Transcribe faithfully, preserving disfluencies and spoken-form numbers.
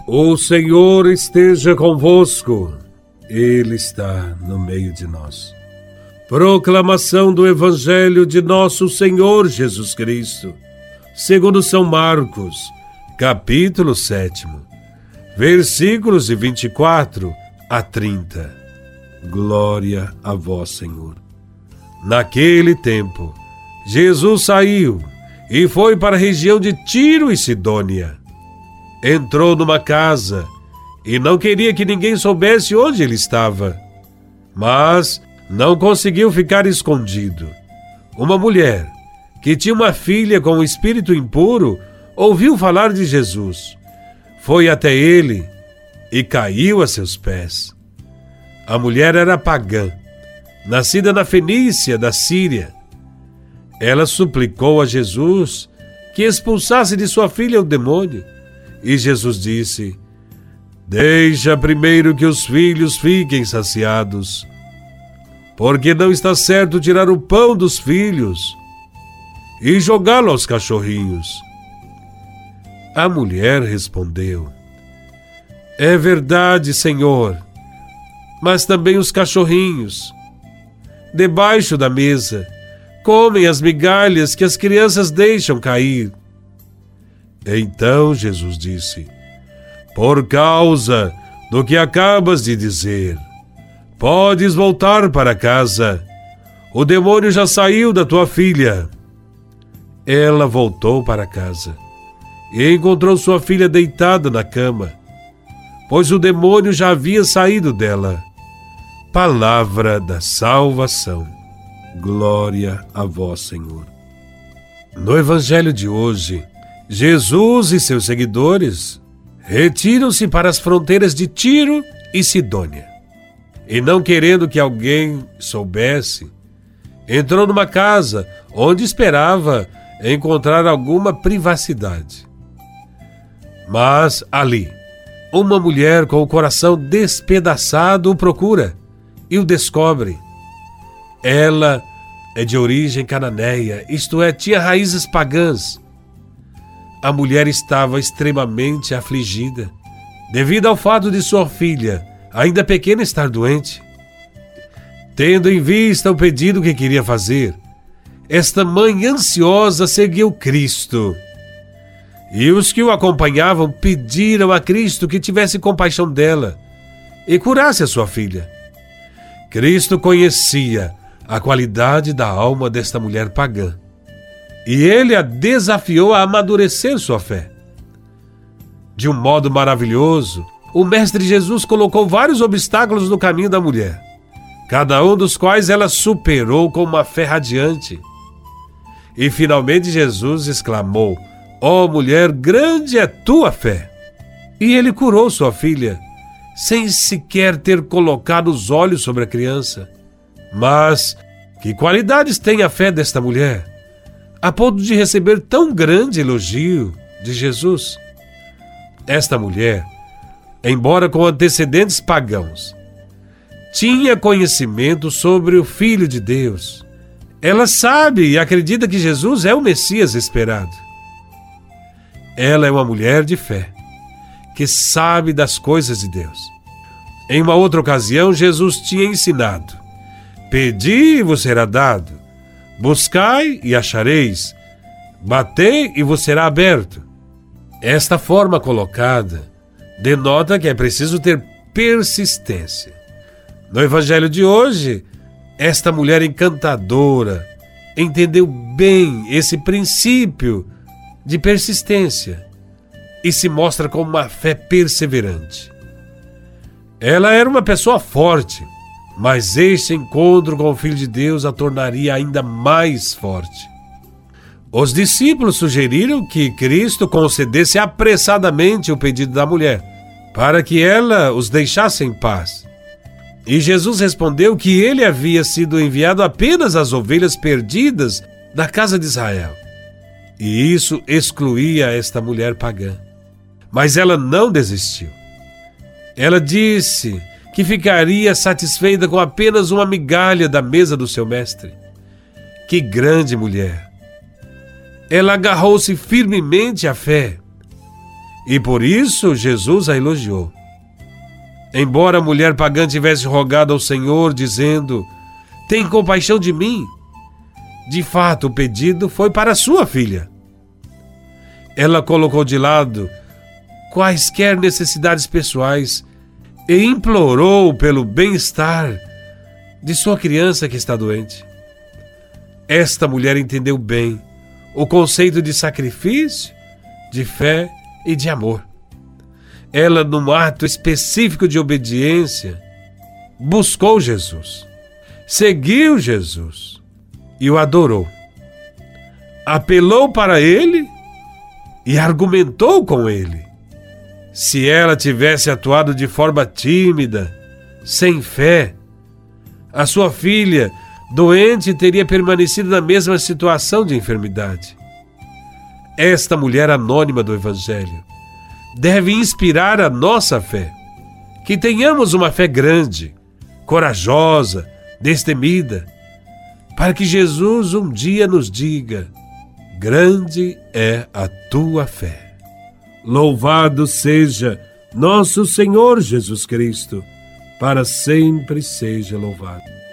O Senhor esteja convosco, Ele está no meio de nós. Proclamação do Evangelho de nosso Senhor Jesus Cristo, segundo São Marcos, capítulo sétimo, versículos de vinte e quatro a trinta. Glória a vós, Senhor. Naquele tempo, Jesus saiu e foi para a região de Tiro e Sidônia. Entrou numa casa e não queria que ninguém soubesse onde ele estava. Mas não conseguiu ficar escondido. Uma mulher, que tinha uma filha com um espírito impuro, ouviu falar de Jesus. Foi até ele e caiu a seus pés. A mulher era pagã, nascida na Fenícia, da Síria. Ela suplicou a Jesus que expulsasse de sua filha o demônio. E Jesus disse: deixa primeiro que os filhos fiquem saciados, porque não está certo tirar o pão dos filhos e jogá-lo aos cachorrinhos. A mulher respondeu: é verdade, Senhor, mas também os cachorrinhos, debaixo da mesa, comem as migalhas que as crianças deixam cair. Então Jesus disse: por causa do que acabas de dizer, podes voltar para casa. O demônio já saiu da tua filha. Ela voltou para casa e encontrou sua filha deitada na cama, pois o demônio já havia saído dela. Palavra da salvação. Glória a vós, Senhor. No Evangelho de hoje, Jesus e seus seguidores retiram-se para as fronteiras de Tiro e Sidônia. E não querendo que alguém soubesse, entrou numa casa onde esperava encontrar alguma privacidade. Mas ali, uma mulher com o coração despedaçado o procura e o descobre. Ela é de origem cananeia, isto é, tinha raízes pagãs. A mulher estava extremamente afligida, devido ao fato de sua filha, ainda pequena, estar doente. Tendo em vista o pedido que queria fazer, esta mãe ansiosa seguiu Cristo. E os que o acompanhavam pediram a Cristo que tivesse compaixão dela e curasse a sua filha. Cristo conhecia a qualidade da alma desta mulher pagã, e ele a desafiou a amadurecer sua fé. De um modo maravilhoso, o Mestre Jesus colocou vários obstáculos no caminho da mulher, cada um dos quais ela superou com uma fé radiante. E finalmente Jesus exclamou: ó mulher, grande é tua fé! E ele curou sua filha, sem sequer ter colocado os olhos sobre a criança. Mas que qualidades tem a fé desta mulher, a ponto de receber tão grande elogio de Jesus? Esta mulher, embora com antecedentes pagãos, tinha conhecimento sobre o Filho de Deus. Ela sabe e acredita que Jesus é o Messias esperado. Ela é uma mulher de fé, que sabe das coisas de Deus. Em uma outra ocasião, Jesus tinha ensinado: pedi e vos será dado, buscai e achareis, batei e vos será aberto. Esta forma colocada denota que é preciso ter persistência. No Evangelho de hoje, esta mulher encantadora entendeu bem esse princípio de persistência e se mostra com uma fé perseverante. Ela era uma pessoa forte, mas este encontro com o Filho de Deus a tornaria ainda mais forte. Os discípulos sugeriram que Cristo concedesse apressadamente o pedido da mulher, para que ela os deixasse em paz. E Jesus respondeu que ele havia sido enviado apenas às ovelhas perdidas da casa de Israel. E isso excluía esta mulher pagã. Mas ela não desistiu. Ela disse que ficaria satisfeita com apenas uma migalha da mesa do seu mestre. Que grande mulher! Ela agarrou-se firmemente à fé e por isso Jesus a elogiou. Embora a mulher pagã tivesse rogado ao Senhor, dizendo: tem compaixão de mim, de fato o pedido foi para sua filha. Ela colocou de lado quaisquer necessidades pessoais e implorou pelo bem-estar de sua criança que está doente. Esta mulher entendeu bem o conceito de sacrifício, de fé e de amor. Ela, num ato específico de obediência, buscou Jesus, seguiu Jesus e o adorou. Apelou para ele e argumentou com ele. Se ela tivesse atuado de forma tímida, sem fé, a sua filha doente teria permanecido na mesma situação de enfermidade. Esta mulher anônima do Evangelho deve inspirar a nossa fé. Que tenhamos uma fé grande, corajosa, destemida, para que Jesus um dia nos diga: grande é a tua fé. Louvado seja nosso Senhor Jesus Cristo, para sempre seja louvado.